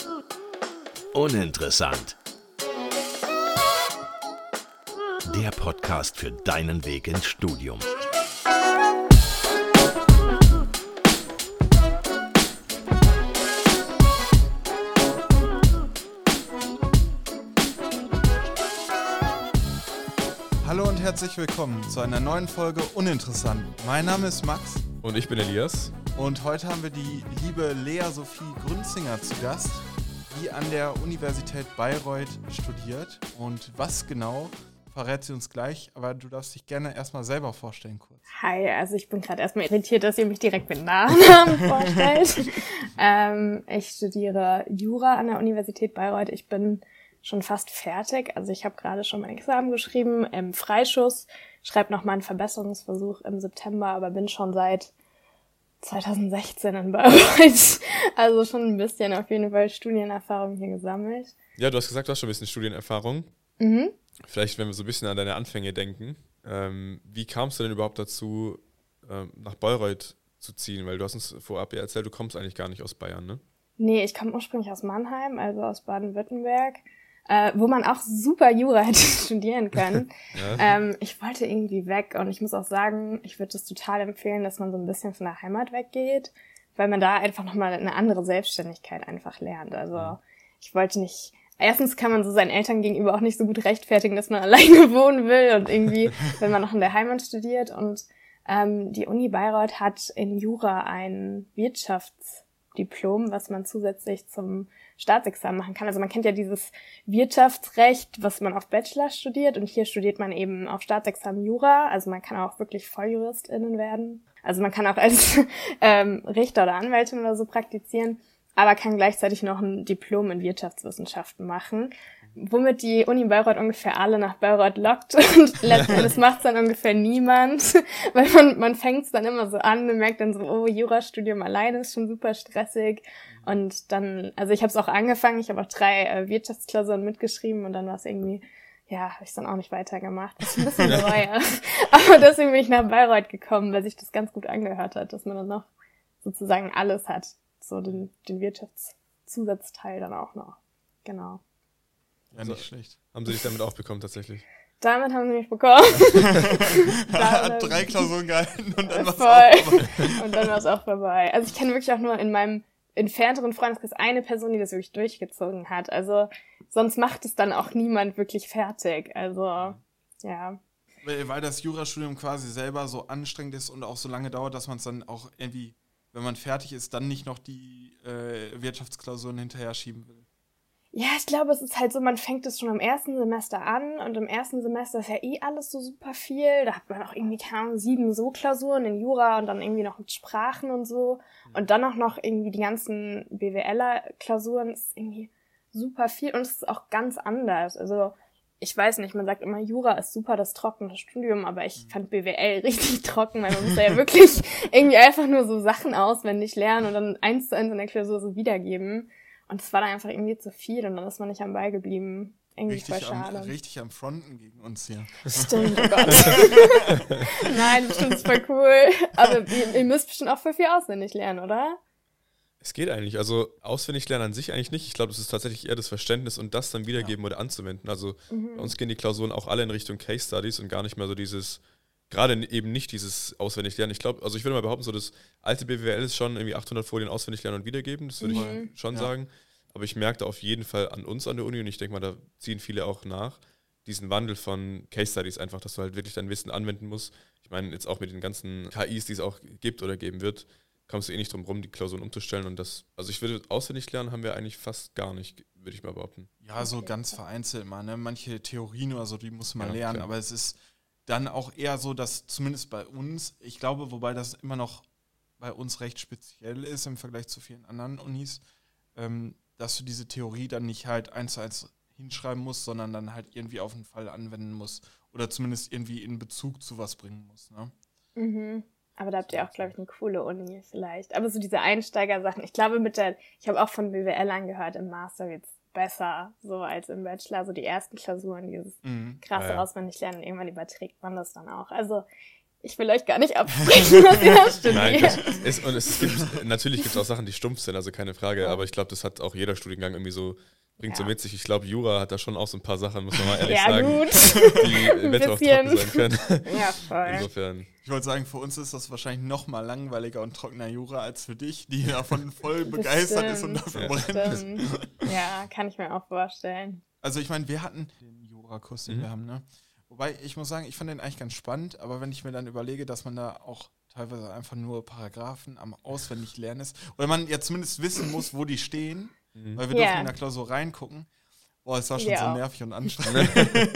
Uninteressant. Der Podcast für deinen Weg ins Studium. Hallo und herzlich willkommen zu einer neuen Folge Uninteressant. Mein Name ist Max. Und ich bin Elias. Und heute haben wir die liebe Lea Sophie Grünzinger zu Gast, die an der Universität Bayreuth studiert. Und was genau, verrät sie uns gleich. Aber du darfst dich gerne erstmal selber vorstellen kurz. Hi, also ich bin gerade erstmal irritiert, dass ihr mich direkt mit Nachnamen vorstellt. Ich studiere Jura an der Universität Bayreuth. Ich bin schon fast fertig. Also ich habe gerade schon mein Examen geschrieben im Freischuss, schreibe noch mal einen Verbesserungsversuch im September, aber bin schon seit 2016 in Bayreuth. Also schon ein bisschen auf jeden Fall Studienerfahrung hier gesammelt. Ja, du hast gesagt, du hast schon ein bisschen Studienerfahrung. Mhm. Vielleicht, wenn wir so ein bisschen an deine Anfänge denken. Wie kamst du denn überhaupt dazu, nach Bayreuth zu ziehen? Weil du hast uns vorab ja erzählt, du kommst eigentlich gar nicht aus Bayern, ne? Nee, ich komme ursprünglich aus Mannheim, also aus Baden-Württemberg. Wo man auch super Jura hätte studieren können. Ja. Ich wollte irgendwie weg und ich muss auch sagen, ich würde das total empfehlen, dass man so ein bisschen von der Heimat weggeht, weil man da einfach nochmal eine andere Selbstständigkeit einfach lernt. Also ich wollte nicht, erstens kann man so seinen Eltern gegenüber auch nicht so gut rechtfertigen, dass man alleine wohnen will und irgendwie, wenn man noch in der Heimat studiert. Und die Uni Bayreuth hat in Jura ein Wirtschaftsdiplom, was man zusätzlich zum Staatsexamen machen kann. Also man kennt ja dieses Wirtschaftsrecht, was man auf Bachelor studiert, und hier studiert man eben auf Staatsexamen Jura. Also man kann auch wirklich VolljuristInnen werden. Also man kann auch als Richter oder Anwältin oder so praktizieren, aber kann gleichzeitig noch ein Diplom in Wirtschaftswissenschaften machen, womit die Uni Bayreuth ungefähr alle nach Bayreuth lockt, und letzten Endes macht es dann ungefähr niemand, weil man fängt es dann immer so an und merkt dann so, oh, Jurastudium alleine ist schon super stressig. Und dann, also ich habe es auch angefangen, ich habe auch 3 Wirtschaftsklausuren mitgeschrieben und dann war es irgendwie, ja, habe ich es dann auch nicht weitergemacht. Das ist ein bisschen bereue. Aber deswegen bin ich nach Bayreuth gekommen, weil sich das ganz gut angehört hat, dass man dann noch sozusagen alles hat. So den Wirtschaftszusatzteil dann auch noch. Genau. Ja, nicht schlecht. Haben sie dich damit auch bekommen tatsächlich? Damit haben sie mich bekommen. Hat 3 Klausuren gehalten und dann war es auch vorbei. Und dann war es auch vorbei. Also ich kenne wirklich auch nur in meinem entfernteren Freundeskreis eine Person, die das wirklich durchgezogen hat. Also sonst macht es dann auch niemand wirklich fertig. Also, ja. Weil das Jurastudium quasi selber so anstrengend ist und auch so lange dauert, dass man es dann auch irgendwie, wenn man fertig ist, dann nicht noch die Wirtschaftsklausuren hinterher schieben will. Ja, ich glaube, es ist halt so, man fängt es schon am ersten Semester an, und im ersten Semester ist ja alles so super viel. Da hat man auch irgendwie, keine Ahnung, 7 so Klausuren in Jura und dann irgendwie noch mit Sprachen und so. Und dann auch noch irgendwie die ganzen BWLer-Klausuren, ist irgendwie super viel, und es ist auch ganz anders. Also ich weiß nicht, man sagt immer, Jura ist super das trockene Studium, aber ich fand BWL richtig trocken, weil man muss da ja wirklich irgendwie einfach nur so Sachen auswendig lernen und dann 1:1 in der Klausur so wiedergeben. Und es war dann einfach irgendwie zu viel, und dann ist man nicht am Ball geblieben. Irgendwie voll schade. Richtig am Fronten gegen uns hier. Stimmt, oh Gott. Nein, bestimmt ist voll cool. Aber ihr müsst bestimmt auch voll viel auswendig lernen, oder? Es geht eigentlich. Also auswendig lernen an sich eigentlich nicht. Ich glaube, das ist tatsächlich eher das Verständnis und das dann wiedergeben oder anzuwenden. Also bei uns gehen die Klausuren auch alle in Richtung Case Studies und gar nicht mehr so dieses, gerade eben nicht dieses auswendig lernen. Ich glaube, also ich würde mal behaupten, so das alte BWL ist schon irgendwie 800 Folien auswendig lernen und wiedergeben. Das würde ich schon sagen. Aber ich merke da auf jeden Fall an uns an der Uni, und ich denke mal, da ziehen viele auch nach, diesen Wandel von Case Studies einfach, dass du halt wirklich dein Wissen anwenden musst. Ich meine, jetzt auch mit den ganzen KIs, die es auch gibt oder geben wird, kommst du eh nicht drum rum, die Klausuren umzustellen. Und das, also ich würde auswendig lernen, haben wir eigentlich fast gar nicht, würde ich mal behaupten. Ja, so ganz vereinzelt mal, ne? Manche Theorien oder so, die muss man lernen, klar. aber es ist dann auch eher so, dass zumindest bei uns, ich glaube, wobei das immer noch bei uns recht speziell ist im Vergleich zu vielen anderen Unis, dass du diese Theorie dann nicht halt 1:1 hinschreiben musst, sondern dann halt irgendwie auf einen Fall anwenden musst oder zumindest irgendwie in Bezug zu was bringen musst, ne? Mhm. Aber da habt ihr auch, glaube ich, eine coole Uni vielleicht. Aber so diese Einsteigersachen, ich glaube ich habe auch von BWLern gehört, im Master wird's besser, so als im Bachelor, so die ersten Klausuren, dieses krasse Auswendiglernen, irgendwann überträgt man das dann auch. Also ich will euch gar nicht absprechen, was ihr studiert. Nein, natürlich gibt es auch Sachen, die stumpf sind, also keine Frage, aber ich glaube, das hat auch jeder Studiengang irgendwie so, bringt so mit sich. Ich glaube, Jura hat da schon auch so ein paar Sachen, muss man mal ehrlich sagen, die eventuell auch trocken sein können. Ja, voll. Insofern. Ich wollte sagen, für uns ist das wahrscheinlich noch mal langweiliger und trockener Jura als für dich, die davon voll begeistert ist und dafür brennt. Ja, kann ich mir auch vorstellen. Also ich meine, wir hatten den Jurakurs, den wir haben, ne? Wobei, ich muss sagen, ich fand den eigentlich ganz spannend, aber wenn ich mir dann überlege, dass man da auch teilweise einfach nur Paragraphen am auswendig lernen ist, oder man ja zumindest wissen muss, wo die stehen, weil wir dürfen in der Klausur reingucken. Boah, es war schon so nervig und anstrengend.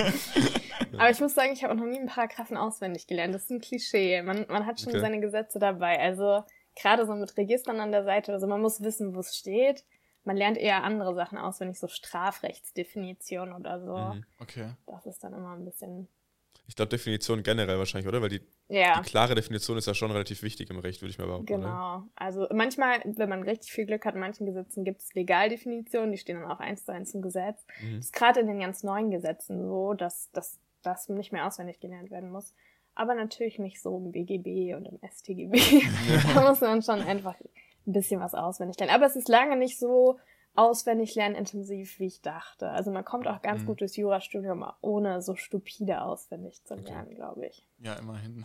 Aber ich muss sagen, ich habe auch noch nie einen Paragraphen auswendig gelernt. Das ist ein Klischee. Man hat schon seine Gesetze dabei. Also gerade so mit Registern an der Seite, also man muss wissen, wo es steht. Man lernt eher andere Sachen auswendig, so Strafrechtsdefinition oder so. Okay. Das ist dann immer ein bisschen... Ich glaube, Definition generell wahrscheinlich, oder? Weil die klare Definition ist ja schon relativ wichtig im Recht, würde ich mal behaupten. Genau. Oder? Also manchmal, wenn man richtig viel Glück hat, in manchen Gesetzen gibt es Legaldefinitionen, die stehen dann auch 1:1 im Gesetz. Das ist gerade in den ganz neuen Gesetzen so, dass das nicht mehr auswendig gelernt werden muss. Aber natürlich nicht so im BGB und im StGB. Da muss man schon einfach ein bisschen was auswendig lernen. Aber es ist lange nicht so auswendig lernintensiv, wie ich dachte. Also man kommt auch ganz gut durchs Jurastudium, ohne so stupide auswendig zu lernen, glaube ich. Ja, immerhin.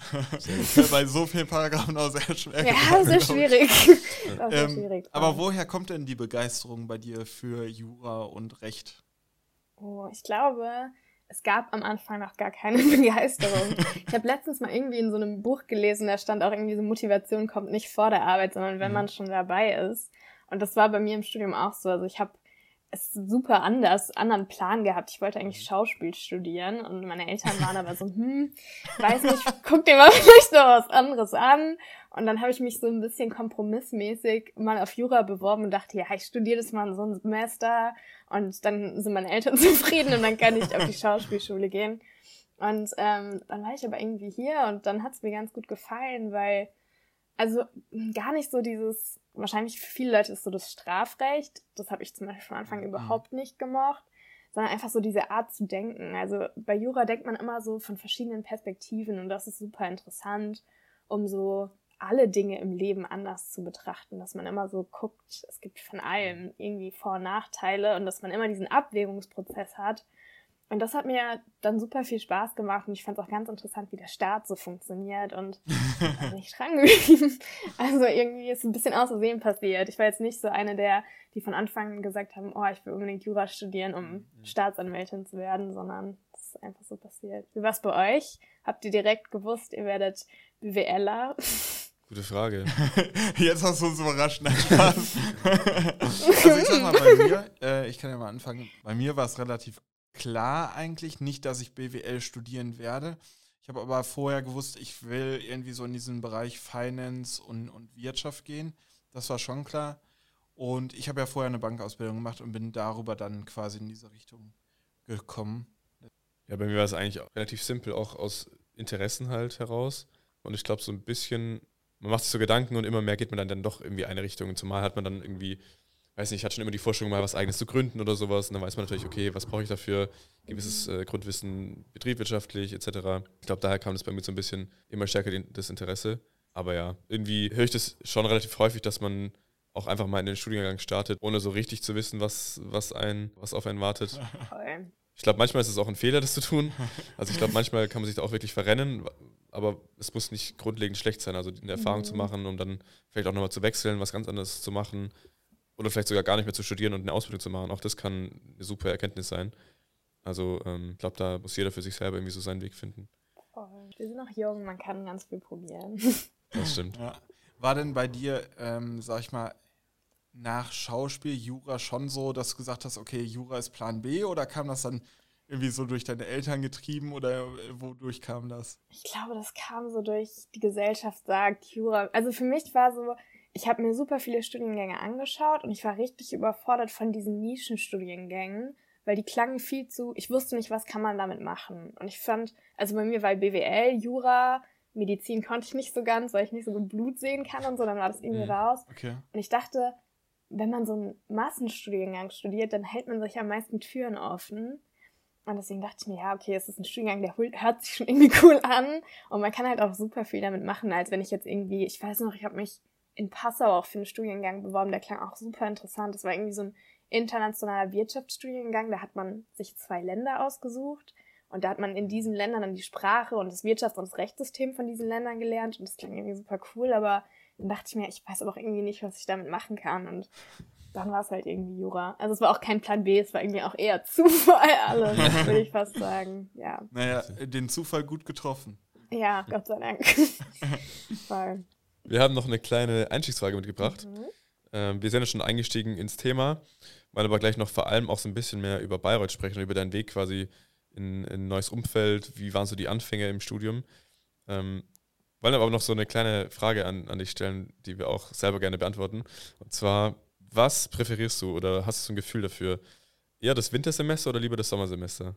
Bei so vielen Paragraphen auch sehr schwer. Ja, sehr schwierig. Sehr schwierig. Aber woher kommt denn die Begeisterung bei dir für Jura und Recht? Oh, ich glaube, es gab am Anfang noch gar keine Begeisterung. Ich habe letztens mal irgendwie in so einem Buch gelesen, da stand auch irgendwie so, Motivation kommt nicht vor der Arbeit, sondern wenn man schon dabei ist. Und das war bei mir im Studium auch so. Also ich habe es super anderen Plan gehabt. Ich wollte eigentlich Schauspiel studieren und meine Eltern waren aber so, weiß nicht, guck dir mal vielleicht noch was anderes an. Und dann habe ich mich so ein bisschen kompromissmäßig mal auf Jura beworben und dachte, ja, ich studiere das mal so ein Semester und dann sind meine Eltern zufrieden und dann kann ich auf die Schauspielschule gehen. Und dann war ich aber irgendwie hier und dann hat es mir ganz gut gefallen, weil also gar nicht so dieses, wahrscheinlich für viele Leute ist so das Strafrecht, das habe ich zum Beispiel von Anfang überhaupt nicht gemocht, sondern einfach so diese Art zu denken. Also bei Jura denkt man immer so von verschiedenen Perspektiven und das ist super interessant, um so alle Dinge im Leben anders zu betrachten, dass man immer so guckt, es gibt von allem irgendwie Vor- und Nachteile und dass man immer diesen Abwägungsprozess hat. Und das hat mir dann super viel Spaß gemacht und ich fand es auch ganz interessant, wie der Staat so funktioniert und da bin ich dran geblieben. Also irgendwie ist ein bisschen aus Versehen passiert. Ich war jetzt nicht so eine die von Anfang an gesagt haben, oh, ich will unbedingt Jura studieren, um Staatsanwältin zu werden, sondern das ist einfach so passiert. Wie war es bei euch? Habt ihr direkt gewusst, ihr werdet BWLer? Gute Frage. Jetzt hast du uns überrascht. Nein, Spaß. Also ich sag mal, bei mir, ich kann ja mal anfangen, bei mir war es relativ klar eigentlich, nicht, dass ich BWL studieren werde. Ich habe aber vorher gewusst, ich will irgendwie so in diesen Bereich Finance und Wirtschaft gehen. Das war schon klar. Und ich habe ja vorher eine Bankausbildung gemacht und bin darüber dann quasi in diese Richtung gekommen. Ja, bei mir war es eigentlich relativ simpel, auch aus Interessen halt heraus. Und ich glaube, so ein bisschen, man macht sich so Gedanken und immer mehr geht man dann doch irgendwie eine Richtung. Und zumal hat man dann irgendwie, weiß nicht, ich hatte schon immer die Vorstellung, mal was Eigenes zu gründen oder sowas. Und dann weiß man natürlich, okay, was brauche ich dafür? Gewisses Grundwissen, betriebswirtschaftlich etc. Ich glaube, daher kam das bei mir so ein bisschen immer stärker das Interesse. Aber ja, irgendwie höre ich das schon relativ häufig, dass man auch einfach mal in den Studiengang startet, ohne so richtig zu wissen, was auf einen wartet. Ich glaube, manchmal ist es auch ein Fehler, das zu tun. Also ich glaube, manchmal kann man sich da auch wirklich verrennen, aber es muss nicht grundlegend schlecht sein. Also eine Erfahrung zu machen, um dann vielleicht auch nochmal zu wechseln, was ganz anderes zu machen. Oder vielleicht sogar gar nicht mehr zu studieren und eine Ausbildung zu machen. Auch das kann eine super Erkenntnis sein. Also ich glaube, da muss jeder für sich selber irgendwie so seinen Weg finden. Wir sind noch jung, man kann ganz viel probieren. Das stimmt. Ja. War denn bei dir, sag ich mal, nach Schauspiel, Jura schon so, dass du gesagt hast, okay, Jura ist Plan B, oder kam das dann irgendwie so durch deine Eltern getrieben oder wodurch kam das? Ich glaube, das kam so durch die Gesellschaft sagt, Jura. Also für mich war so, ich habe mir super viele Studiengänge angeschaut und ich war richtig überfordert von diesen Nischenstudiengängen, weil die klangen viel zu, ich wusste nicht, was kann man damit machen. Und ich fand, also bei mir war BWL, Jura, Medizin konnte ich nicht so ganz, weil ich nicht so gut Blut sehen kann und so, dann war das irgendwie raus. Okay. Und ich dachte, wenn man so einen Massenstudiengang studiert, dann hält man sich am meisten Türen offen. Und deswegen dachte ich mir, ja, okay, es ist ein Studiengang, der hört sich schon irgendwie cool an. Und man kann halt auch super viel damit machen, als wenn ich jetzt irgendwie, ich weiß noch, ich habe mich in Passau auch für einen Studiengang beworben, der klang auch super interessant. Das war irgendwie so ein internationaler Wirtschaftsstudiengang, da hat man sich 2 Länder ausgesucht. Und da hat man in diesen Ländern dann die Sprache und das Wirtschafts- und das Rechtssystem von diesen Ländern gelernt. Und das klang irgendwie super cool, aber dann dachte ich mir, ich weiß aber auch irgendwie nicht, was ich damit machen kann. Und dann war es halt irgendwie Jura. Also es war auch kein Plan B, es war irgendwie auch eher Zufall alles, würde ich fast sagen. Ja. Naja, den Zufall gut getroffen. Ja, Gott sei Dank. Voll. Wir haben noch eine kleine Einstiegsfrage mitgebracht. Wir sind ja schon eingestiegen ins Thema, weil aber gleich noch vor allem auch so ein bisschen mehr über Bayreuth sprechen und über deinen Weg quasi in ein neues Umfeld. Wie waren so die Anfänge im Studium? Wollen aber noch so eine kleine Frage an dich stellen, die wir auch selber gerne beantworten. Und zwar, was präferierst du oder hast du so ein Gefühl dafür? Eher das Wintersemester oder lieber das Sommersemester?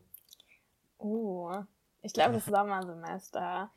Ich glaube das Sommersemester.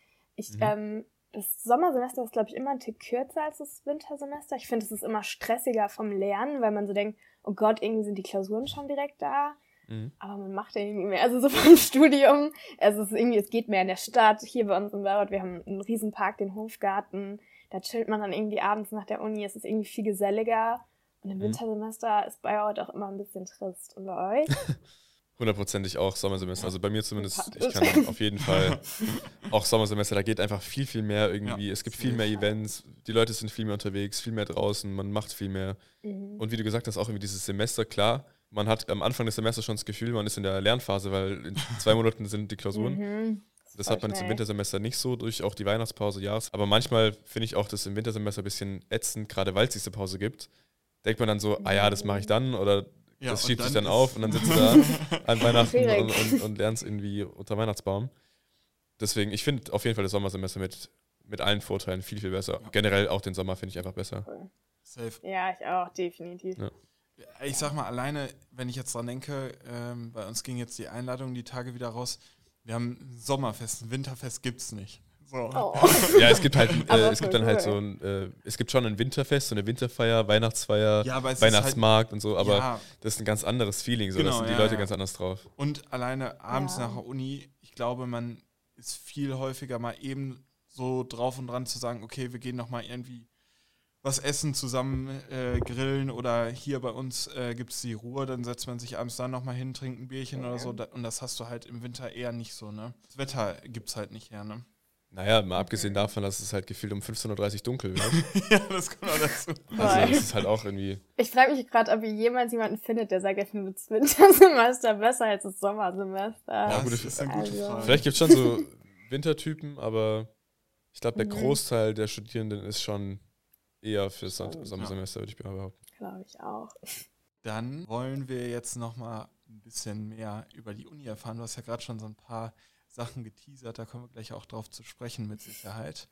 Das Sommersemester ist, glaube ich, immer ein Tick kürzer als das Wintersemester. Ich finde, es ist immer stressiger vom Lernen, weil man so denkt, oh Gott, irgendwie sind die Klausuren schon direkt da. Aber man macht ja irgendwie mehr, also so vom Studium. Es geht mehr in der Stadt. Hier bei uns in Bayreuth, wir haben einen Riesenpark, den Hofgarten. Da chillt man dann irgendwie abends nach der Uni. Es ist irgendwie viel geselliger. Und im Wintersemester ist Bayreuth auch immer ein bisschen trist. Und bei euch? 100%ig auch Sommersemester. Also bei mir zumindest, ich kann auf jeden Fall auch Sommersemester, da geht einfach viel, viel mehr irgendwie. Es gibt viel mehr Events, die Leute sind viel mehr unterwegs, viel mehr draußen, man macht viel mehr. Und wie du gesagt hast, auch irgendwie dieses Semester, klar, man hat am Anfang des Semesters schon das Gefühl, man ist in der Lernphase, weil in 2 Monaten sind die Klausuren. Das hat man jetzt im Wintersemester nicht so, durch auch die Weihnachtspause, Aber manchmal finde ich auch das im Wintersemester ein bisschen ätzend, gerade weil es diese Pause gibt. Denkt man dann so, das mache ich dann oder das schiebt sich dann auf und dann sitzt du da an Weihnachten und lernst irgendwie unter Weihnachtsbaum. Deswegen, ich finde auf jeden Fall das Sommersemester mit allen Vorteilen viel, viel besser. Generell auch den Sommer finde ich einfach besser. Cool. Safe. Ja, ich auch, definitiv. Ja. Ich sag mal, alleine, wenn ich jetzt dran denke, bei uns ging jetzt die Einladung die Tage wieder raus, wir haben ein Sommerfest, ein Winterfest gibt's nicht. So. Oh. Ja, es gibt halt, es gibt schon ein Winterfest, so eine Winterfeier, Weihnachtsfeier, Weihnachtsmarkt halt, und so, aber das ist ein ganz anderes Feeling, so, da sind die Leute ganz anders drauf. Und alleine abends nach der Uni, ich glaube, man ist viel häufiger mal eben so drauf und dran zu sagen, okay, wir gehen nochmal irgendwie was essen, zusammen grillen oder hier bei uns gibt es die Ruhe, dann setzt man sich abends da nochmal hin, trinkt ein Bierchen oder so und das hast du halt im Winter eher nicht so, ne? Das Wetter gibt's halt nicht her, ne? Naja, mal abgesehen davon, dass es halt gefühlt um 15.30 Uhr dunkel wird. Ja, das kommt auch dazu. Also das ist halt auch irgendwie... Ich frage mich gerade, ob ihr jemals jemanden findet, der sagt, ich finde das Wintersemester besser als das Sommersemester. Ja, gut, das ist eine gute Frage. Vielleicht gibt es schon so Wintertypen, aber ich glaube, der Großteil der Studierenden ist schon eher fürs Sommersemester, würde ich behaupten. Glaube ich auch. Dann wollen wir jetzt nochmal ein bisschen mehr über die Uni erfahren. Du hast ja gerade schon so ein paar Sachen geteasert, da kommen wir gleich auch drauf zu sprechen, mit Sicherheit.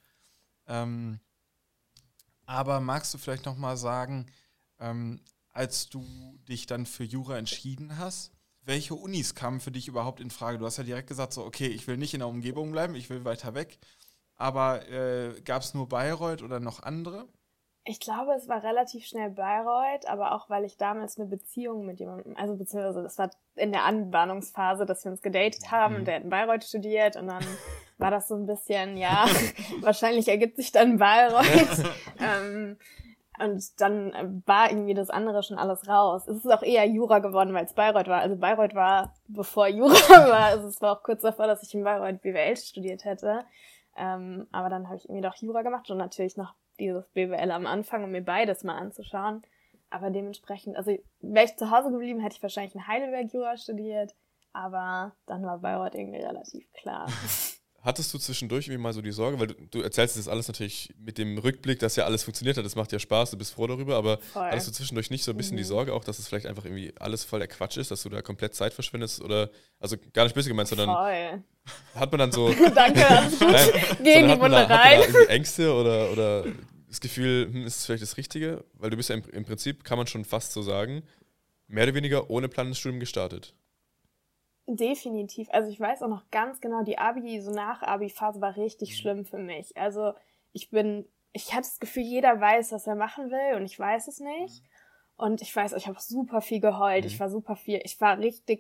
Aber magst du vielleicht nochmal sagen, als du dich dann für Jura entschieden hast, welche Unis kamen für dich überhaupt in Frage? Du hast ja direkt gesagt, so okay, ich will nicht in der Umgebung bleiben, ich will weiter weg. Aber gab es nur Bayreuth oder noch andere? Ich glaube, es war relativ schnell Bayreuth, aber auch, weil ich damals eine Beziehung mit jemandem, also beziehungsweise das war in der Anbahnungsphase, dass wir uns gedatet haben und der hat in Bayreuth studiert und dann war das so ein bisschen, wahrscheinlich ergibt sich dann Bayreuth. Und dann war irgendwie das andere schon alles raus. Es ist auch eher Jura geworden, weil es Bayreuth war. Also Bayreuth war, bevor Jura war, also es war auch kurz davor, dass ich in Bayreuth BWL studiert hätte. Aber dann habe ich irgendwie doch Jura gemacht und natürlich noch dieses BWL am Anfang, um mir beides mal anzuschauen. Aber dementsprechend, also wäre ich zu Hause geblieben, hätte ich wahrscheinlich in Heidelberg Jura studiert, aber dann war Bayreuth irgendwie relativ klar. Hattest du zwischendurch irgendwie mal so die Sorge, weil du erzählst das alles natürlich mit dem Rückblick, dass ja alles funktioniert hat, das macht ja Spaß, du bist froh darüber, aber hattest du zwischendurch nicht so ein bisschen die Sorge auch, dass es vielleicht einfach irgendwie alles voll der Quatsch ist, dass du da komplett Zeit verschwendest oder, also gar nicht böse gemeint, sondern hat man dann so... Danke, gegen die Wunderei. Irgendwie Ängste oder das Gefühl, ist es vielleicht das Richtige? Weil du bist ja im Prinzip, kann man schon fast so sagen, mehr oder weniger ohne Plan ins Studium gestartet. Definitiv. Also ich weiß auch noch ganz genau, die Nach-Abi-Phase war richtig schlimm für mich. Also ich hatte das Gefühl, jeder weiß, was er machen will und ich weiß es nicht. Und ich weiß, ich habe super viel geheult. Ich war richtig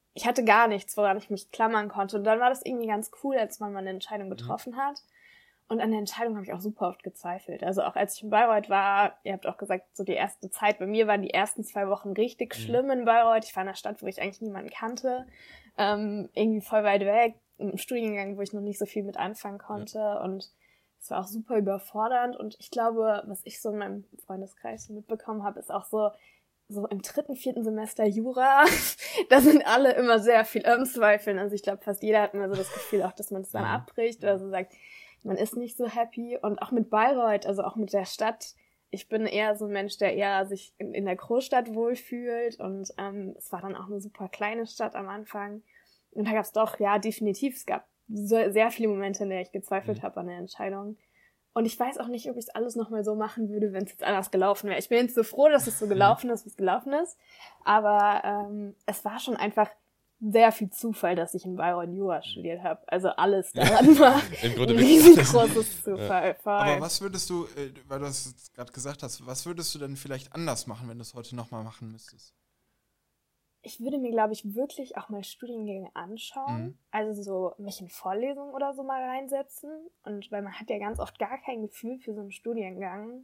ich hatte gar nichts, woran ich mich klammern konnte. Und dann war das irgendwie ganz cool, als man mal eine Entscheidung getroffen hat. Und an der Entscheidung habe ich auch super oft gezweifelt. Also auch als ich in Bayreuth war, ihr habt auch gesagt, so die erste Zeit, bei mir waren die ersten 2 Wochen richtig schlimm in Bayreuth. Ich war in einer Stadt, wo ich eigentlich niemanden kannte. Irgendwie voll weit weg, im Studiengang, wo ich noch nicht so viel mit anfangen konnte. Ja. Und es war auch super überfordernd. Und ich glaube, was ich so in meinem Freundeskreis mitbekommen habe, ist auch so im 3., 4. Semester Jura, da sind alle immer sehr viel am Zweifeln. Also ich glaube, fast jeder hat immer so das Gefühl auch, dass man es dann abbricht oder so sagt, man ist nicht so happy. Und auch mit Bayreuth, also auch mit der Stadt, ich bin eher so ein Mensch, der eher sich in der Großstadt wohlfühlt. Und es war dann auch eine super kleine Stadt am Anfang. Und da gab es doch, ja, definitiv, es gab sehr viele Momente, in denen ich gezweifelt habe an der Entscheidung. Und ich weiß auch nicht, ob ich es alles nochmal so machen würde, wenn es jetzt anders gelaufen wäre. Ich bin jetzt so froh, dass es so gelaufen ist, wie es gelaufen ist. Aber es war schon einfach sehr viel Zufall, dass ich in Bayreuth Jura studiert habe. Also alles daran war im Grunde ein riesengroßes Zufall. Ja. Aber was würdest du, weil du das jetzt gerade gesagt hast, was würdest du denn vielleicht anders machen, wenn du es heute nochmal machen müsstest? Ich würde mir, glaube ich, wirklich auch mal Studiengänge anschauen. Also so mich in Vorlesungen oder so mal reinsetzen. Und weil man hat ja ganz oft gar kein Gefühl für so einen Studiengang.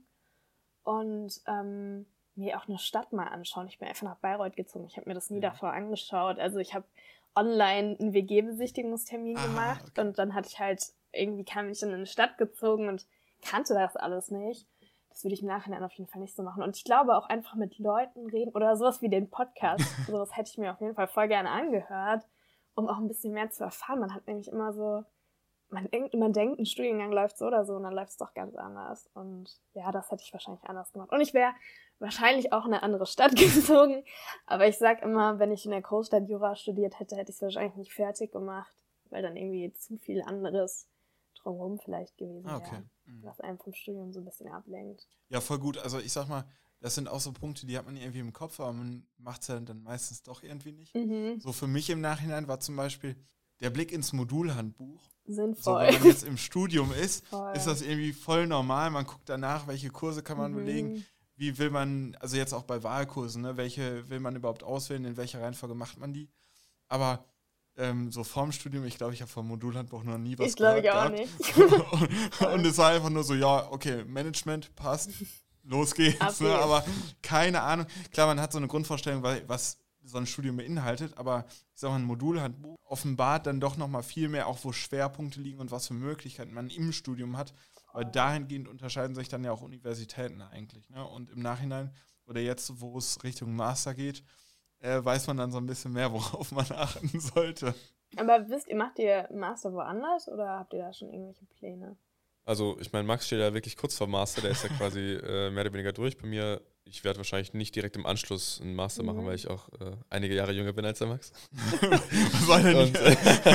Und mir auch eine Stadt mal anschauen. Ich bin einfach nach Bayreuth gezogen. Ich habe mir das nie davor angeschaut. Also ich habe online einen WG-Besichtigungstermin gemacht. Okay. Und dann hatte ich halt, kam ich in eine Stadt gezogen und kannte das alles nicht. Das würde ich im Nachhinein auf jeden Fall nicht so machen. Und ich glaube auch einfach mit Leuten reden oder sowas wie den Podcast. Sowas hätte ich mir auf jeden Fall voll gerne angehört, um auch ein bisschen mehr zu erfahren. Man hat nämlich immer so, man denkt, ein Studiengang läuft so oder so und dann läuft es doch ganz anders. Und ja, das hätte ich wahrscheinlich anders gemacht. Und ich wäre wahrscheinlich auch in eine andere Stadt gezogen. Aber ich sag immer, wenn ich in der Großstadt Jura studiert hätte, hätte ich es wahrscheinlich nicht fertig gemacht, weil dann irgendwie zu viel anderes drumherum vielleicht gewesen wäre, was einem vom Studium so ein bisschen ablenkt. Ja, voll gut. Also ich sag mal, das sind auch so Punkte, die hat man irgendwie im Kopf, aber man macht es ja dann meistens doch irgendwie nicht. So für mich im Nachhinein war zum Beispiel der Blick ins Modulhandbuch. Sinnvoll. So, wenn man jetzt im Studium ist das irgendwie voll normal. Man guckt danach, welche Kurse kann man belegen, wie will man, also jetzt auch bei Wahlkursen, ne, welche will man überhaupt auswählen, in welcher Reihenfolge macht man die. Aber so vorm Studium, ich glaube, ich habe vom Modulhandbuch noch nie was gehört. Ich glaube ich auch nicht. und es war einfach nur so, ja, okay, Management passt, los geht's. Ne? Aber keine Ahnung. Klar, man hat so eine Grundvorstellung, was so ein Studium beinhaltet, aber ich sag mal, ein Modulhandbuch offenbart dann doch nochmal viel mehr, auch wo Schwerpunkte liegen und was für Möglichkeiten man im Studium hat. Weil dahingehend unterscheiden sich dann ja auch Universitäten eigentlich. Ne? Und im Nachhinein, oder jetzt, wo es Richtung Master geht, weiß man dann so ein bisschen mehr, worauf man achten sollte. Aber macht ihr Master woanders oder habt ihr da schon irgendwelche Pläne? Also ich meine, Max steht ja wirklich kurz vor Master, der ist ja quasi mehr oder weniger durch. Bei mir, ich werde wahrscheinlich nicht direkt im Anschluss einen Master machen, weil ich auch einige Jahre jünger bin als der Max. Was war denn nicht?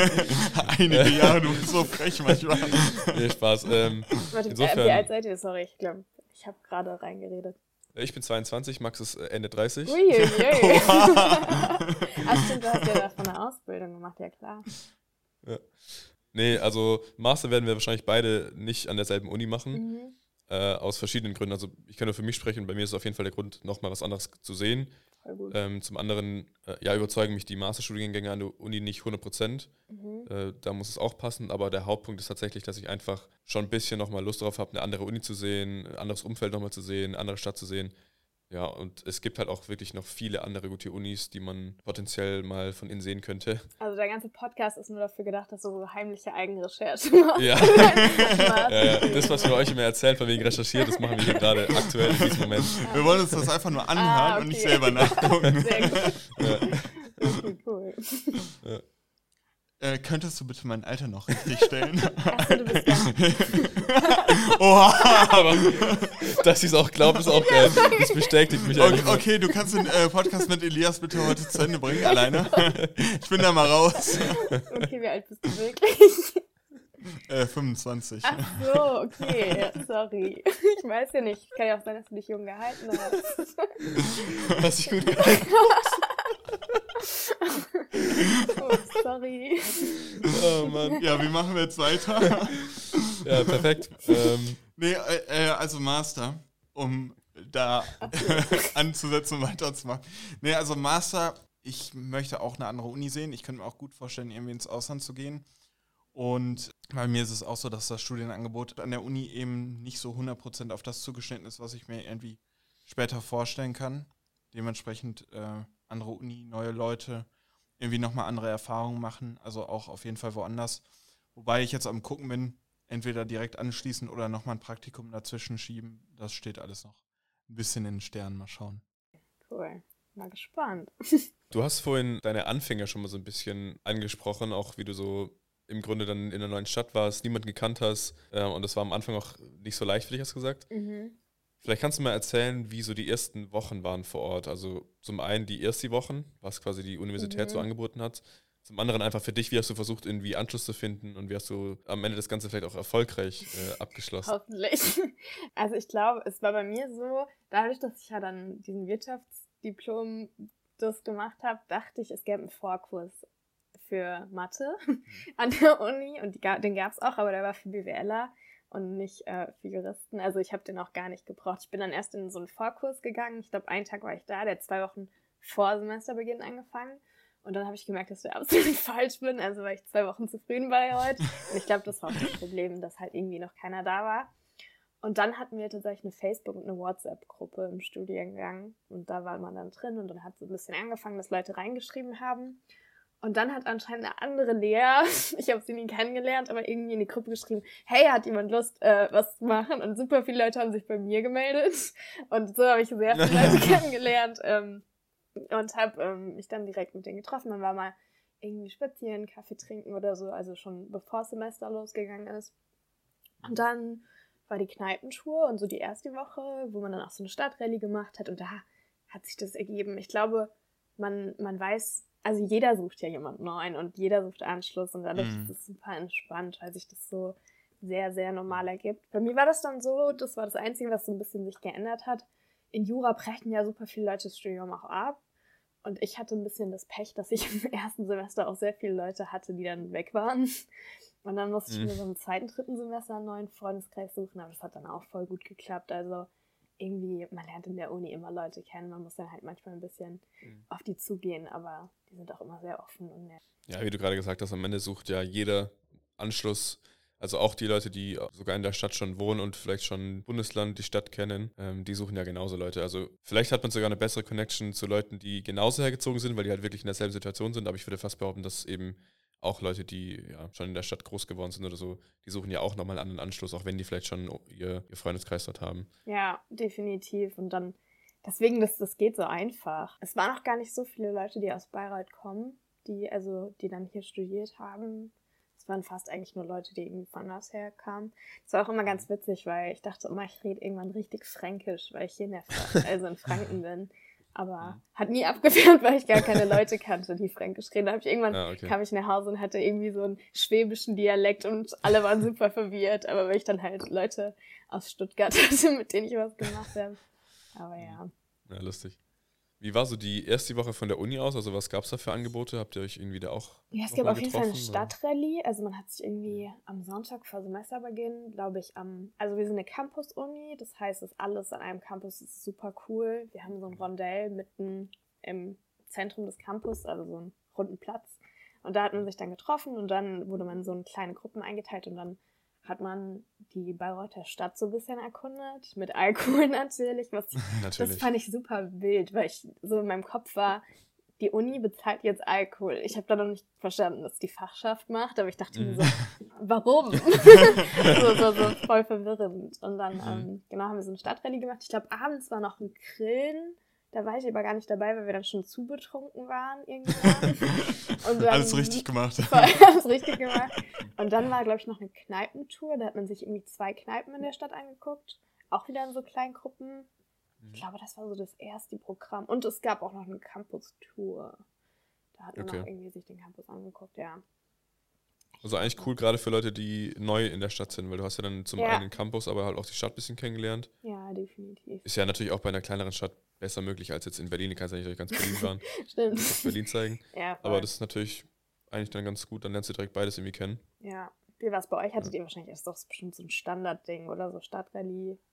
Einige Jahre, du bist so frech manchmal. Nee, Spaß. Warte, insofern, wie alt seid ihr? Sorry, ich glaube, ich habe gerade reingeredet. Ich bin 22, Max ist Ende 30. Uiuiui. Ach stimmt, du hast ja davon eine Ausbildung gemacht, ja klar. Ja. Nee, also Master werden wir wahrscheinlich beide nicht an derselben Uni machen, aus verschiedenen Gründen. Also ich kann nur für mich sprechen, bei mir ist auf jeden Fall der Grund, nochmal was anderes zu sehen. Voll gut. Zum anderen, überzeugen mich die Masterstudiengänge an der Uni nicht 100%. Da muss es auch passen, aber der Hauptpunkt ist tatsächlich, dass ich einfach schon ein bisschen nochmal Lust darauf habe, eine andere Uni zu sehen, ein anderes Umfeld nochmal zu sehen, eine andere Stadt zu sehen. Ja, und es gibt halt auch wirklich noch viele andere gute Unis, die man potenziell mal von innen sehen könnte. Also der ganze Podcast ist nur dafür gedacht, dass du so heimliche Eigenrecherche machst. Ja. Das, was wir euch immer erzählen, von wegen recherchiert, das machen wir hier gerade aktuell in diesem Moment. Wir wollen uns das einfach nur anhören und nicht selber nachgucken. Sehr gut. Okay, cool. Ja. Könntest du bitte mein Alter noch richtig stellen? Achso, du bist Oha! Aber dass sie es auch glaubt, ist auch geil. Das bestätigt mich eigentlich. Okay, du kannst den Podcast mit Elias bitte heute zu Ende bringen, alleine. Ich bin da mal raus. Okay, wie alt bist du wirklich? 25. Ach so, okay, sorry. Ich weiß ja nicht. Kann ja auch sein, dass du dich jung gehalten hast. Was ich gut gehalten Oh, sorry. Oh Mann. Ja, wie machen wir jetzt weiter? Ja, perfekt. Nee, also Master, um da anzusetzen und weiterzumachen. Nee, also Master ich möchte auch eine andere Uni sehen. Ich könnte mir auch gut vorstellen, irgendwie ins Ausland zu gehen. Und bei mir ist es auch so, dass das Studienangebot an der Uni eben nicht so 100% auf das zugeschnitten ist, was ich mir irgendwie später vorstellen kann. Dementsprechend andere Uni, neue Leute, irgendwie nochmal andere Erfahrungen machen. Also auch auf jeden Fall woanders. Wobei ich jetzt am Gucken bin, entweder direkt anschließen oder nochmal ein Praktikum dazwischen schieben. Das steht alles noch ein bisschen in den Sternen. Mal schauen. Cool. Mal gespannt. Du hast vorhin deine Anfänger schon mal so ein bisschen angesprochen, auch wie du so im Grunde dann in einer neuen Stadt warst, niemanden gekannt hast und das war am Anfang auch nicht so leicht für dich, hast du gesagt. Vielleicht kannst du mal erzählen, wie so die ersten Wochen waren vor Ort. Also zum einen die ersten Wochen, was quasi die Universität so angeboten hat. Zum anderen einfach für dich, wie hast du versucht, irgendwie Anschluss zu finden und wie hast du am Ende das Ganze vielleicht auch erfolgreich abgeschlossen? Hoffentlich. Also ich glaube, es war bei mir so, dadurch, dass ich ja dann diesen Wirtschaftsdiplom das gemacht habe, dachte ich, es gäbe einen Vorkurs für Mathe an der Uni und den gab es auch, aber der war für BWLer und nicht für Juristen. Also ich habe den auch gar nicht gebraucht. Ich bin dann erst in so einen Vorkurs gegangen. Ich glaube, einen Tag war ich da, der hat 2 Wochen vor Semesterbeginn angefangen. Und dann habe ich gemerkt, dass ich absolut falsch bin. Also war ich 2 Wochen zu früh in Bayreuth. Und ich glaube, das war auch das Problem, dass halt irgendwie noch keiner da war. Und dann hatten wir tatsächlich eine Facebook- und eine WhatsApp-Gruppe im Studiengang. Und da war man dann drin und dann hat so ein bisschen angefangen, dass Leute reingeschrieben haben. Und dann hat anscheinend eine andere Lea, ich habe sie nie kennengelernt, aber irgendwie in die Gruppe geschrieben, hey, hat jemand Lust, was zu machen? Und super viele Leute haben sich bei mir gemeldet. Und so habe ich sehr viele Leute kennengelernt und habe mich dann direkt mit denen getroffen. Dann war mal irgendwie spazieren, Kaffee trinken oder so, also schon bevor das Semester losgegangen ist. Und dann war die Kneipentour und so die erste Woche, wo man dann auch so eine Stadtrallye gemacht hat. Und da hat sich das ergeben. Ich glaube, man weiß, also jeder sucht ja jemanden neuen und jeder sucht Anschluss und dadurch ist es super entspannt, weil sich das so sehr, sehr normal ergibt. Bei mir war das dann so, das war das Einzige, was so ein bisschen sich geändert hat. In Jura brechen ja super viele Leute das Studium auch ab und ich hatte ein bisschen das Pech, dass ich im ersten Semester auch sehr viele Leute hatte, die dann weg waren. Und dann musste ich mir so im 2., 3. Semester einen neuen Freundeskreis suchen, aber das hat dann auch voll gut geklappt. Also irgendwie, man lernt in der Uni immer Leute kennen, man muss dann halt manchmal ein bisschen auf die zugehen, aber die sind auch immer sehr offen und nett. Ja, wie du gerade gesagt hast, am Ende sucht ja jeder Anschluss, also auch die Leute, die sogar in der Stadt schon wohnen und vielleicht schon Bundesland, die Stadt kennen, die suchen ja genauso Leute. Also vielleicht hat man sogar eine bessere Connection zu Leuten, die genauso hergezogen sind, weil die halt wirklich in derselben Situation sind, aber ich würde fast behaupten, dass eben auch Leute, die ja schon in der Stadt groß geworden sind oder so, die suchen ja auch nochmal einen anderen Anschluss, auch wenn die vielleicht schon ihr Freundeskreis dort haben. Ja, definitiv. Und dann, deswegen, das geht so einfach. Es waren auch gar nicht so viele Leute, die aus Bayreuth kommen, die dann hier studiert haben. Es waren fast eigentlich nur Leute, die irgendwie von anders herkamen. Das war auch immer ganz witzig, weil ich dachte immer, ich rede irgendwann richtig fränkisch, weil ich hier in Franken bin. Aber hat nie abgefärbt, weil ich gar keine Leute kannte, die Fränkisch reden. Da kam ich nach Hause und hatte irgendwie so einen schwäbischen Dialekt und alle waren super verwirrt. Aber weil ich dann halt Leute aus Stuttgart hatte, mit denen ich was gemacht habe. Aber ja. Ja, lustig. Wie war so die erste Woche von der Uni aus? Also was gab es da für Angebote? Habt ihr euch irgendwie da auch Ja, es gab auf jeden Fall eine Stadtrallye. Also man hat sich irgendwie am Sonntag vor Semesterbeginn, glaube ich, also wir sind eine Campus-Uni. Das heißt, es ist alles an einem Campus, ist super cool. Wir haben so ein Rondell mitten im Zentrum des Campus, also so einen runden Platz. Und da hat man sich dann getroffen und dann wurde man so in kleine Gruppen eingeteilt und dann hat man die Bayreuther Stadt so ein bisschen erkundet, mit Alkohol natürlich. Das fand ich super wild, weil ich so in meinem Kopf war, die Uni bezahlt jetzt Alkohol. Ich habe da noch nicht verstanden, was die Fachschaft macht, aber ich dachte mir so, warum? so voll verwirrend. Und dann haben wir so eine Stadtrallye gemacht. Ich glaube, abends war noch ein Grillen. Da war ich aber gar nicht dabei, weil wir dann schon zu betrunken waren irgendwann. Und dann, alles richtig gemacht. Alles richtig gemacht. Und dann war, glaube ich, noch eine Kneipentour. Da hat man sich irgendwie 2 Kneipen in der Stadt angeguckt. Auch wieder in so kleinen Gruppen. Ich glaube, das war so das erste Programm. Und es gab auch noch eine Campus-Tour. Da hat man auch irgendwie sich den Campus angeguckt, ja. Also eigentlich cool, gerade für Leute, die neu in der Stadt sind, weil du hast ja dann zum einen Campus, aber halt auch die Stadt ein bisschen kennengelernt. Ja, definitiv. Ist ja natürlich auch bei einer kleineren Stadt besser möglich als jetzt in Berlin. Du kannst ja nicht ganz Berlin fahren. Stimmt. Und Berlin zeigen. Ja, aber das ist natürlich eigentlich dann ganz gut, dann lernst du direkt beides irgendwie kennen. Ja. Wie war es bei euch? Hattet ihr wahrscheinlich, ist doch bestimmt so ein Standardding oder so Stadtrallye,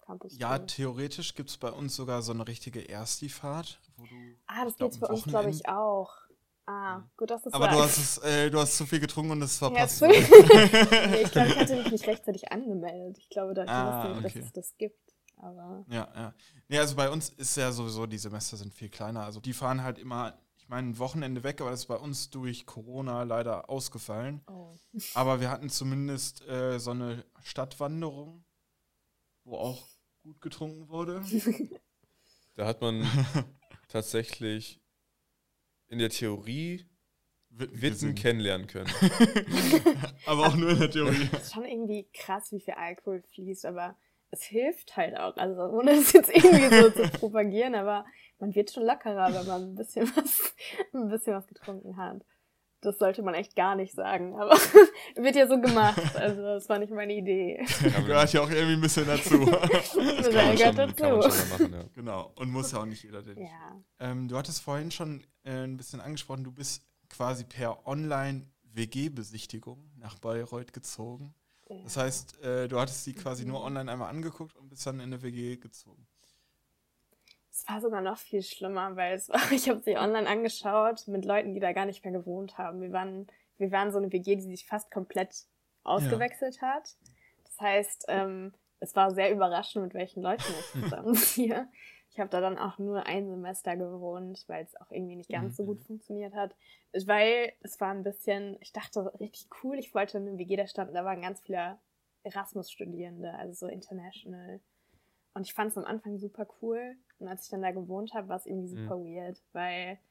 Campus. Ja, theoretisch gibt es bei uns sogar so eine richtige Erstifahrt, wo du. Das gibt's bei uns, glaube ich, auch. Gut, dass du aber sagst. du hast zu viel getrunken und es verpasst. Nee, ich glaube, ich hatte mich nicht rechtzeitig angemeldet. Ich glaube, da wusste nicht, dass es das gibt. Aber Ja. Nee, also bei uns ist ja sowieso, die Semester sind viel kleiner. Also die fahren halt immer, ich meine, ein Wochenende weg, aber das ist bei uns durch Corona leider ausgefallen. Oh. Aber wir hatten zumindest so eine Stadtwanderung, wo auch gut getrunken wurde. Da hat man tatsächlich in der Theorie Witten kennenlernen können. Aber auch nur in der Theorie. Das ist schon irgendwie krass, wie viel Alkohol fließt, aber es hilft halt auch. Also ohne es jetzt irgendwie so zu propagieren, aber man wird schon lockerer, wenn man ein bisschen was getrunken hat. Das sollte man echt gar nicht sagen, aber wird ja so gemacht. Also das war nicht meine Idee. Gehört ja auch irgendwie ein bisschen dazu. Das kann man schon mal machen, ja. Genau, und muss ja auch nicht jeder, den. Ja. Du hattest vorhin schon ein bisschen angesprochen, du bist quasi per Online-WG-Besichtigung nach Bayreuth gezogen. Ja. Das heißt, du hattest die quasi nur online einmal angeguckt und bist dann in eine WG gezogen. Es war sogar noch viel schlimmer, weil ich habe sie online angeschaut mit Leuten, die da gar nicht mehr gewohnt haben. Wir waren so eine WG, die sich fast komplett ausgewechselt hat. Das heißt, es war sehr überraschend, mit welchen Leuten ich zusammenziehe. Ich habe da dann auch nur ein Semester gewohnt, weil es auch irgendwie nicht ganz so gut funktioniert hat. Weil es war ein bisschen, ich dachte, richtig cool. Ich wollte in einer WG, da waren ganz viele Erasmus-Studierende, also so international. Und ich fand es am Anfang super cool. Und als ich dann da gewohnt habe, war es irgendwie super weird, weil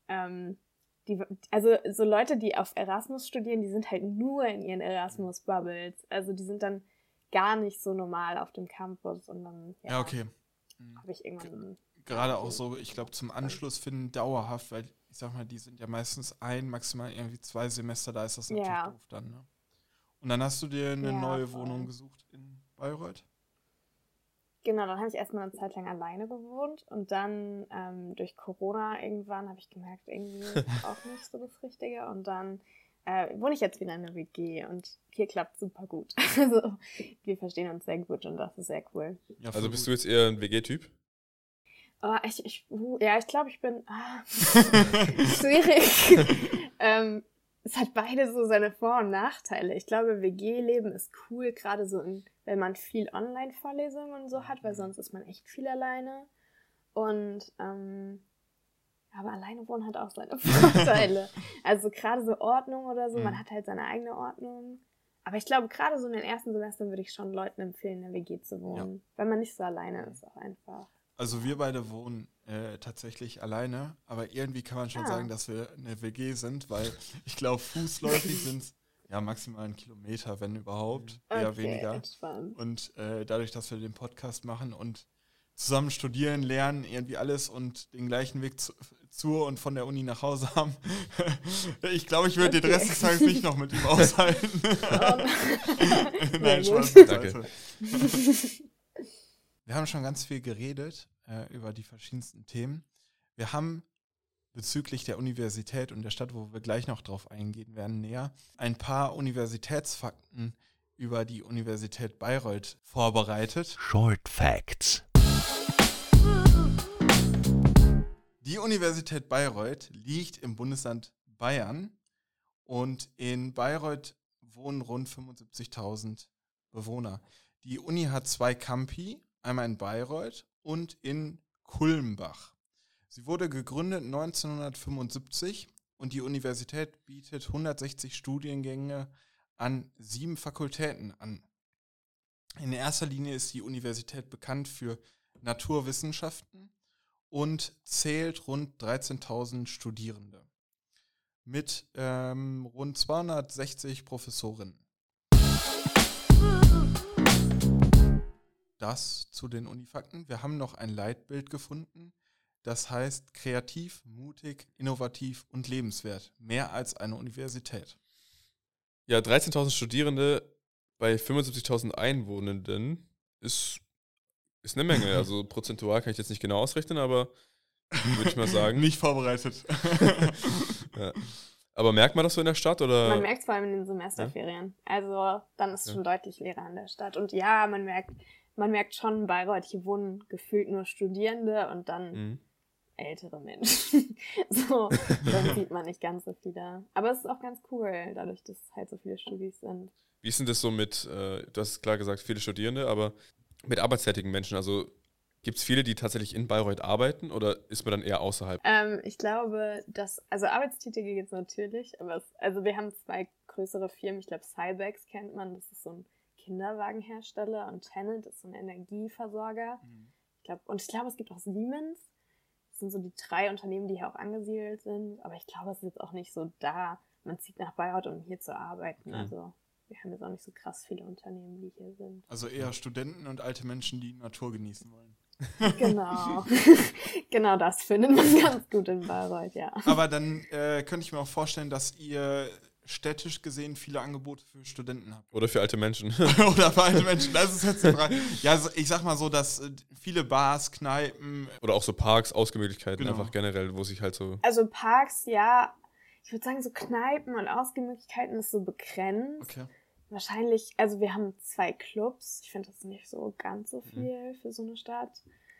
so Leute, die auf Erasmus studieren, die sind halt nur in ihren Erasmus-Bubbles. Also die sind dann gar nicht so normal auf dem Campus. Und dann, Ja, okay. Habe ich irgendwann... Gerade auch so, ich glaube, zum Anschluss finden dauerhaft, weil ich sag mal, die sind ja meistens maximal irgendwie 2 Semester, da ist das natürlich doof dann, ne? Und dann hast du dir eine neue Wohnung gesucht in Bayreuth? Genau, dann habe ich erstmal eine Zeit lang alleine gewohnt und dann durch Corona irgendwann habe ich gemerkt, irgendwie ist auch nicht so das Richtige und dann wohne ich jetzt wieder in einer WG und hier klappt super gut. Also wir verstehen uns sehr gut und das ist sehr cool. Ja, also bist du jetzt eher ein WG-Typ? Ich glaube, ich bin schwierig. Es hat beide so seine Vor- und Nachteile. Ich glaube, WG-Leben ist cool, gerade so, wenn man viel Online-Vorlesungen und so hat, weil sonst ist man echt viel alleine. Und aber alleine wohnen hat auch seine Vorteile. Also gerade so Ordnung oder so, man hat halt seine eigene Ordnung. Aber ich glaube, gerade so in den ersten Semestern würde ich schon Leuten empfehlen, in der WG zu wohnen. Weil man nicht so alleine ist auch einfach. Also wir beide wohnen tatsächlich alleine, aber irgendwie kann man schon sagen, dass wir eine WG sind, weil ich glaube, fußläufig sind es maximal 1 Kilometer, wenn überhaupt, eher weniger. Entspannt. Und dadurch, dass wir den Podcast machen und zusammen studieren, lernen, irgendwie alles und den gleichen Weg zur und von der Uni nach Hause haben, ich glaube, ich würde den Rest des Tages nicht noch mit ihm aushalten. Nein, Spaß. Danke. Wir haben schon ganz viel geredet über die verschiedensten Themen. Wir haben bezüglich der Universität und der Stadt, wo wir gleich noch drauf eingehen werden, näher, ein paar Universitätsfakten über die Universität Bayreuth vorbereitet. Short Facts. Die Universität Bayreuth liegt im Bundesland Bayern und in Bayreuth wohnen rund 75.000 Bewohner. Die Uni hat 2 Campi, einmal in Bayreuth und in Kulmbach. Sie wurde gegründet 1975 und die Universität bietet 160 Studiengänge an 7 Fakultäten an. In erster Linie ist die Universität bekannt für Naturwissenschaften und zählt rund 13.000 Studierende mit rund 260 Professorinnen. Das zu den Unifakten. Wir haben noch ein Leitbild gefunden, das heißt kreativ, mutig, innovativ und lebenswert. Mehr als eine Universität. Ja, 13.000 Studierende bei 75.000 Einwohnenden ist eine Menge. Also prozentual kann ich jetzt nicht genau ausrechnen, aber würde ich mal sagen. Nicht vorbereitet. Ja. Aber merkt man das so in der Stadt? Oder? Man merkt es vor allem in den Semesterferien. Also dann ist es schon deutlich leerer in der Stadt. Und ja, man merkt, man merkt schon in Bayreuth, hier wohnen gefühlt nur Studierende und dann ältere Menschen. So, dann sieht man nicht ganz so viele. Aber es ist auch ganz cool, dadurch, dass halt so viele Studis sind. Wie ist denn das so mit, du hast klar gesagt, viele Studierende, aber mit arbeitstätigen Menschen, also gibt es viele, die tatsächlich in Bayreuth arbeiten oder ist man dann eher außerhalb? Ich glaube, also Arbeitstätige gibt es natürlich, aber also wir haben 2 größere Firmen, ich glaube Cybex kennt man, das ist so ein Kinderwagenhersteller und Tenant ist so ein Energieversorger. Ich glaube, es gibt auch Siemens. Das sind so die 3 Unternehmen, die hier auch angesiedelt sind, aber ich glaube, es ist jetzt auch nicht so da. Man zieht nach Bayreuth, um hier zu arbeiten, also wir haben jetzt auch nicht so krass viele Unternehmen, die hier sind. Also eher Studenten und alte Menschen, die Natur genießen wollen. Genau. Genau das findet man ganz gut in Bayreuth, ja. Aber dann könnte ich mir auch vorstellen, dass ihr städtisch gesehen viele Angebote für Studenten habt. Oder für alte Menschen. Oder für alte Menschen, das ist jetzt die Frage. Ja, also ich sag mal so, dass viele Bars, Kneipen... Oder auch so Parks, Ausgehmöglichkeiten, Genau. einfach generell, wo sich halt so... Also Parks, ja. Ich würde sagen, so Kneipen und Ausgehmöglichkeiten ist so begrenzt. Okay. Wahrscheinlich, also wir haben 2 Clubs. Ich finde das nicht so ganz so viel für so eine Stadt.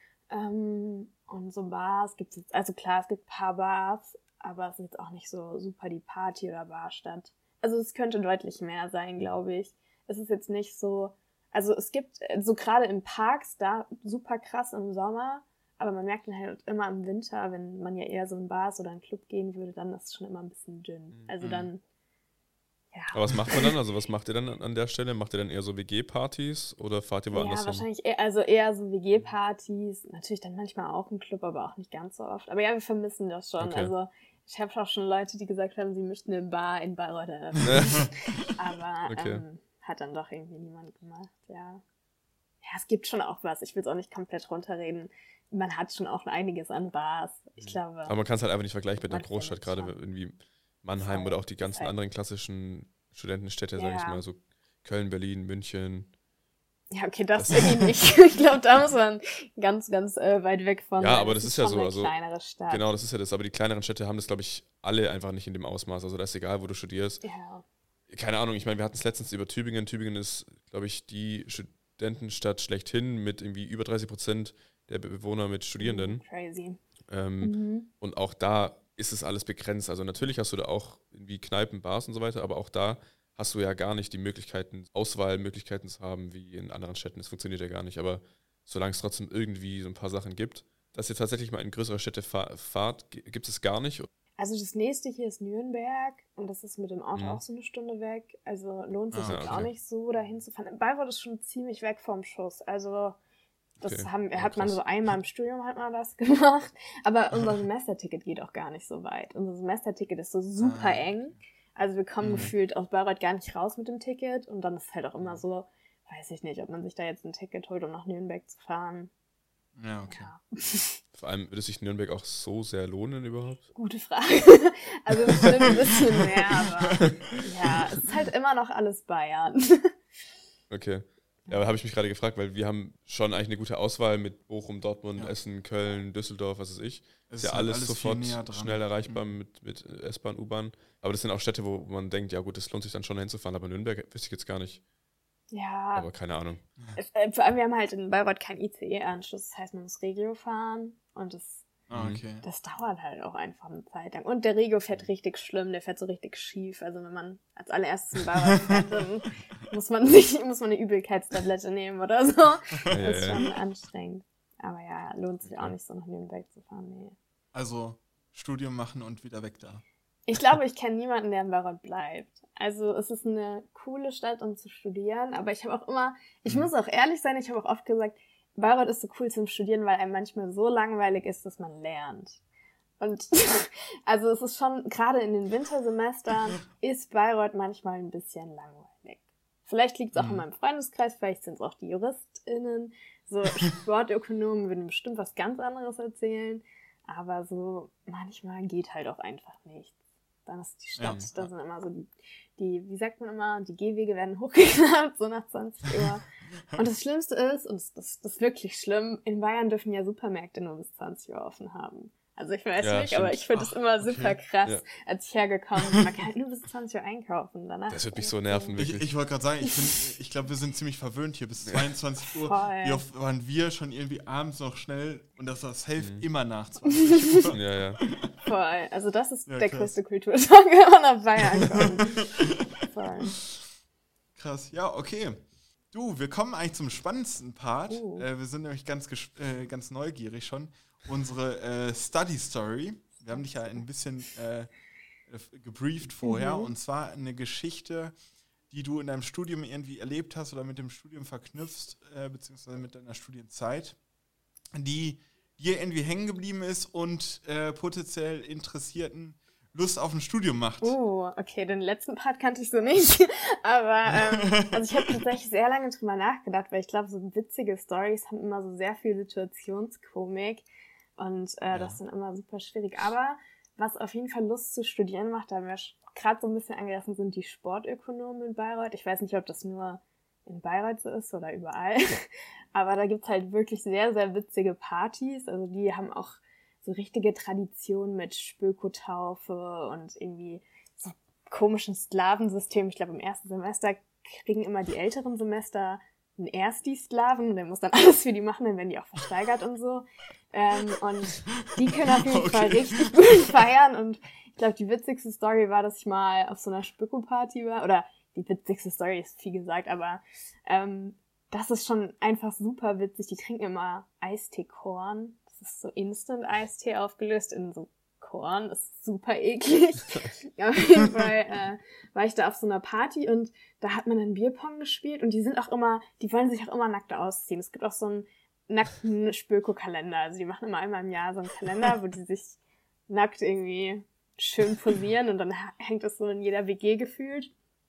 Und so Bars gibt es jetzt, also klar, es gibt ein paar Bars, aber es ist jetzt auch nicht so super die Party- oder Barstadt. Also es könnte deutlich mehr sein, glaube ich. Es ist jetzt nicht so, also es gibt so gerade in Parks da super krass im Sommer, aber man merkt dann halt immer im Winter, wenn man ja eher so in Bars oder in einen Club gehen würde, dann ist es schon immer ein bisschen dünn. Also dann, ja. Aber was macht man dann? Also was macht ihr dann an der Stelle? Macht ihr dann eher so WG-Partys oder fahrt ihr woanders hin? Ja, wahrscheinlich eher so WG-Partys. Natürlich dann manchmal auch im Club, aber auch nicht ganz so oft. Aber ja, wir vermissen das schon. Okay. Also ich habe auch schon Leute, die gesagt haben, sie möchten eine Bar in Bayreuth eröffnen. Aber Okay. hat dann doch irgendwie niemand gemacht, ja. Ja, es gibt schon auch was. Ich will es auch nicht komplett runterreden. Man hat schon auch einiges an Bars. Ich glaube. Aber man kann es halt einfach nicht vergleichen mit einer man Großstadt, findet gerade schon. irgendwie Mannheim Voll. oder auch die ganzen Voll. anderen klassischen Studentenstädte, sage ich Ja. mal, so Köln, Berlin, München. Ja, okay, das irgendwie nicht. Ich glaube, da muss man ganz, ganz weit weg von. Ja, sein. aber das ist ja schon so, eine also, kleinere Stadt. Genau, das ist ja das. Aber die kleineren Städte haben das, glaube ich, alle einfach nicht in dem Ausmaß. Also da ist egal, wo du studierst. Ja. Keine Ahnung, ich meine, wir hatten es letztens über Tübingen. Tübingen ist, glaube ich, die Studentenstadt schlechthin mit irgendwie über 30% der Bewohner mit Studierenden. Crazy. Und auch da ist es alles begrenzt. Also natürlich hast du da auch irgendwie Kneipen, Bars und so weiter, aber auch da hast du ja gar nicht die Möglichkeiten, Auswahlmöglichkeiten zu haben wie in anderen Städten. Das funktioniert ja gar nicht. Aber solange es trotzdem irgendwie so ein paar Sachen gibt, dass ihr tatsächlich mal in größere Städte fahrt, gibt es gar nicht. Also das nächste hier ist Nürnberg und das ist mit dem Auto auch so eine Stunde weg. Also lohnt sich jetzt auch nicht so, dahin zu fahren. Bayreuth ist schon ziemlich weg vom Schuss. Also das Okay. hat man so einmal im Studium hat man das gemacht. Aber unser Semesterticket geht auch gar nicht so weit. Unser Semesterticket ist so super eng. Also wir kommen gefühlt aus Bayreuth gar nicht raus mit dem Ticket. Und dann ist es halt auch immer so, weiß ich nicht, ob man sich da jetzt ein Ticket holt, um nach Nürnberg zu fahren. Ja, okay. Ja. Vor allem würde sich Nürnberg auch so sehr lohnen überhaupt. Gute Frage. Also bestimmt ein bisschen mehr, aber ja, es ist halt immer noch alles Bayern. Okay. Ja, aber habe ich mich gerade gefragt, weil wir haben schon eigentlich eine gute Auswahl mit Bochum, Dortmund, Essen, Köln, Düsseldorf, was weiß ich. Es Ist ja ist halt alles alles sofort viel näher dran. schnell erreichbar mit S-Bahn, U-Bahn. Aber das sind auch Städte, wo man denkt, ja gut, das lohnt sich dann schon hinzufahren. Aber Nürnberg wüsste ich jetzt gar nicht. Ja, Aber keine Ahnung. vor allem wir haben halt in Bayreuth keinen ICE-Anschluss. Das heißt, man muss Regio fahren und Okay. das dauert halt auch einfach eine Zeit lang. Und der Regio fährt richtig schlimm, der fährt so richtig schief. Also wenn man als allererstes in Bayreuth fährt, dann muss man eine Übelkeitstablette nehmen oder so. Das ist schon anstrengend. Aber ja, lohnt sich auch nicht so nach Nürnberg zu fahren, nee. Also Studium machen und wieder weg da. Ich glaube, ich kenne niemanden, der in Bayreuth bleibt. Also es ist eine coole Stadt, um zu studieren, aber ich habe auch immer, ich muss auch ehrlich sein, ich habe auch oft gesagt, Bayreuth ist so cool zum Studieren, weil einem manchmal so langweilig ist, dass man lernt. Und also es ist schon, gerade in den Wintersemestern ist Bayreuth manchmal ein bisschen langweilig. Vielleicht liegt es auch in meinem Freundeskreis, vielleicht sind es auch die JuristInnen. So Sportökonomen würden bestimmt was ganz anderes erzählen, aber so manchmal geht halt auch einfach nichts. Dann ist die Stadt, da sind immer so die, wie sagt man immer, die Gehwege werden hochgeklappt, so nach 20 Uhr. Und das Schlimmste ist, und das ist wirklich schlimm, in Bayern dürfen ja Supermärkte nur bis 20 Uhr offen haben. Also ich weiß Ja, nicht, stimmt. aber ich finde es immer super krass, Ja. als ich hergekommen bin. Man kann halt nur bis 20 Uhr einkaufen. Danach Das wird mich so nerven, wirklich. Ich wollte gerade sagen, ich glaube, wir sind ziemlich verwöhnt hier bis 22 Uhr. Voll. Wie oft waren wir schon irgendwie abends noch schnell und das war safe immer nach 20 Uhr. Ja. Voll. Also das ist Ja, der krass. größte Kulturschock, wenn man nach Bayern kommt. Voll. Krass, ja, okay. Du, wir kommen eigentlich zum spannendsten Part. Wir sind nämlich ganz neugierig schon. Unsere Study Story. Wir haben dich ja ein bisschen gebrieft vorher. Und zwar eine Geschichte, die du in deinem Studium irgendwie erlebt hast oder mit dem Studium verknüpfst, beziehungsweise mit deiner Studienzeit, die dir irgendwie hängen geblieben ist und potenziell Interessierten Lust auf ein Studium macht. Okay, den letzten Part kannte ich so nicht. Aber also ich habe tatsächlich sehr lange drüber nachgedacht, weil ich glaube, so witzige Storys haben immer so sehr viel Situationskomik und das ist dann immer super schwierig. Aber was auf jeden Fall Lust zu studieren macht, da haben wir gerade so ein bisschen angerissen, sind die Sportökonomen in Bayreuth. Ich weiß nicht, ob das nur in Bayreuth so ist oder überall. Aber da gibt's halt wirklich sehr, sehr witzige Partys. Also die haben auch so richtige Traditionen mit Spökotaufe und irgendwie so komischen Sklavensystem. Ich glaube, im ersten Semester kriegen immer die älteren Semester einen Ersti-Sklaven. Der muss dann alles für die machen, dann werden die auch versteigert und so. Und die können auf jeden Fall richtig gut feiern. Und ich glaube, die witzigste Story war, dass ich mal auf so einer Spöko-Party war. Oder die witzigste Story ist viel gesagt, aber das ist schon einfach super witzig. Die trinken immer Eistee-Korn. Das ist so Instant-Eistee aufgelöst in so Korn. Das ist super eklig. Ja, auf jeden Fall war ich da auf so einer Party und da hat man dann Bierpong gespielt und die wollen sich auch immer nackt ausziehen. Es gibt auch so einen nackten Spöko-Kalender. Also die machen immer einmal im Jahr so einen Kalender, wo die sich nackt irgendwie schön posieren und dann hängt das so in jeder WG gefühlt.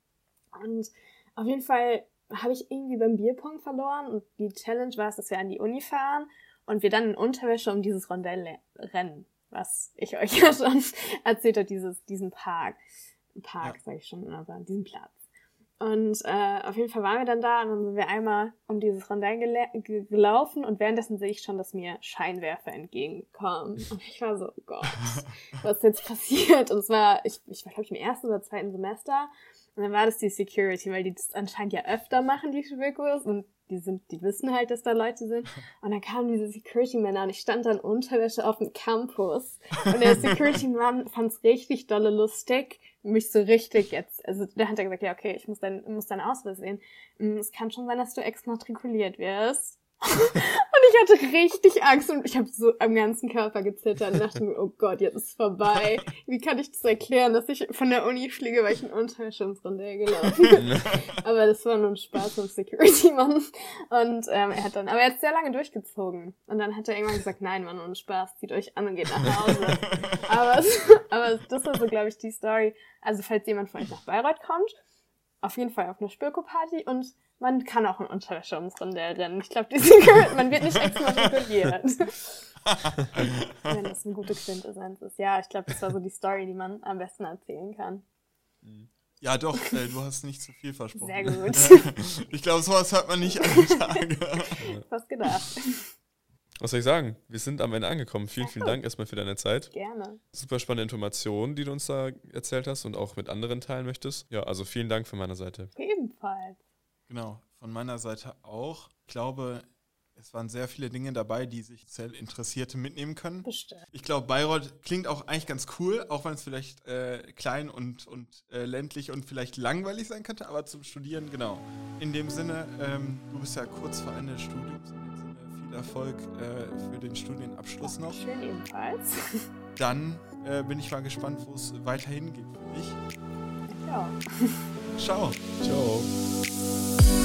Und auf jeden Fall habe ich irgendwie beim Bierpong verloren und die Challenge war es, dass wir an die Uni fahren und wir dann in Unterwäsche um dieses Rondell rennen, was ich euch ja schon erzählt habe, diesen Park, sage ich schon, aber diesen Platz. Und auf jeden Fall waren wir dann da und dann sind wir einmal um dieses Rondell gelaufen und währenddessen sehe ich schon, dass mir Scheinwerfer entgegenkommen. Und ich war so, oh Gott, was ist jetzt passiert? Und es war, ich war glaube ich im ersten oder zweiten Semester und dann war das die Security, weil die das anscheinend ja öfter machen, die Spökos, und die wissen halt, dass da Leute sind. Und dann kamen diese Security-Männer und ich stand dann Unterwäsche auf dem Campus. Und der Security-Mann fand's richtig dolle lustig, mich so richtig jetzt, also der hat ja gesagt, ja okay, ich muss deinen Ausweis sehen. Es kann schon sein, dass du exmatrikuliert wirst. Und ich hatte richtig Angst und ich habe so am ganzen Körper gezittert und dachte mir, oh Gott, jetzt ist es vorbei. Wie kann ich das erklären, dass ich von der Uni fliege, weil ich in Unterwäsche ins Rondell gelaufen bin? Aber das war nur ein Spaß vom Security-Mann. Und er hat sehr lange durchgezogen. Und dann hat er irgendwann gesagt, nein, war nur ein Spaß, zieht euch an und geht nach Hause. aber das war so, glaube ich, die Story. Also falls jemand von euch nach Bayreuth kommt, auf jeden Fall auf eine Spöko-Party und man kann auch in Unterwäsche ums Rondell rennen. Ich glaube, man wird nicht exmatrikuliert. Wenn das eine gute Quintessenz ist. Ja, ich glaube, das war so die Story, die man am besten erzählen kann. Ja, doch, du hast nicht zu viel versprochen. Sehr gut. Ich glaube, sowas hört man nicht alle Tage. Fast gedacht. Was soll ich sagen? Wir sind am Ende angekommen. Vielen Dank erstmal für deine Zeit. Gerne. Super spannende Informationen, die du uns da erzählt hast und auch mit anderen teilen möchtest. Ja, also vielen Dank von meiner Seite. Ebenfalls. Genau, von meiner Seite auch. Ich glaube, es waren sehr viele Dinge dabei, die sich sehr Interessierte mitnehmen können. Bestimmt. Ich glaube, Bayreuth klingt auch eigentlich ganz cool, auch wenn es vielleicht klein und ländlich und vielleicht langweilig sein könnte, aber zum Studieren, genau. In dem Sinne, du bist ja kurz vor Ende des Studiums, in dem Sinne viel Erfolg für den Studienabschluss noch. Schön ebenfalls. Dann bin ich mal gespannt, wo es weiterhin geht für dich. Ja. Ciao. Ciao.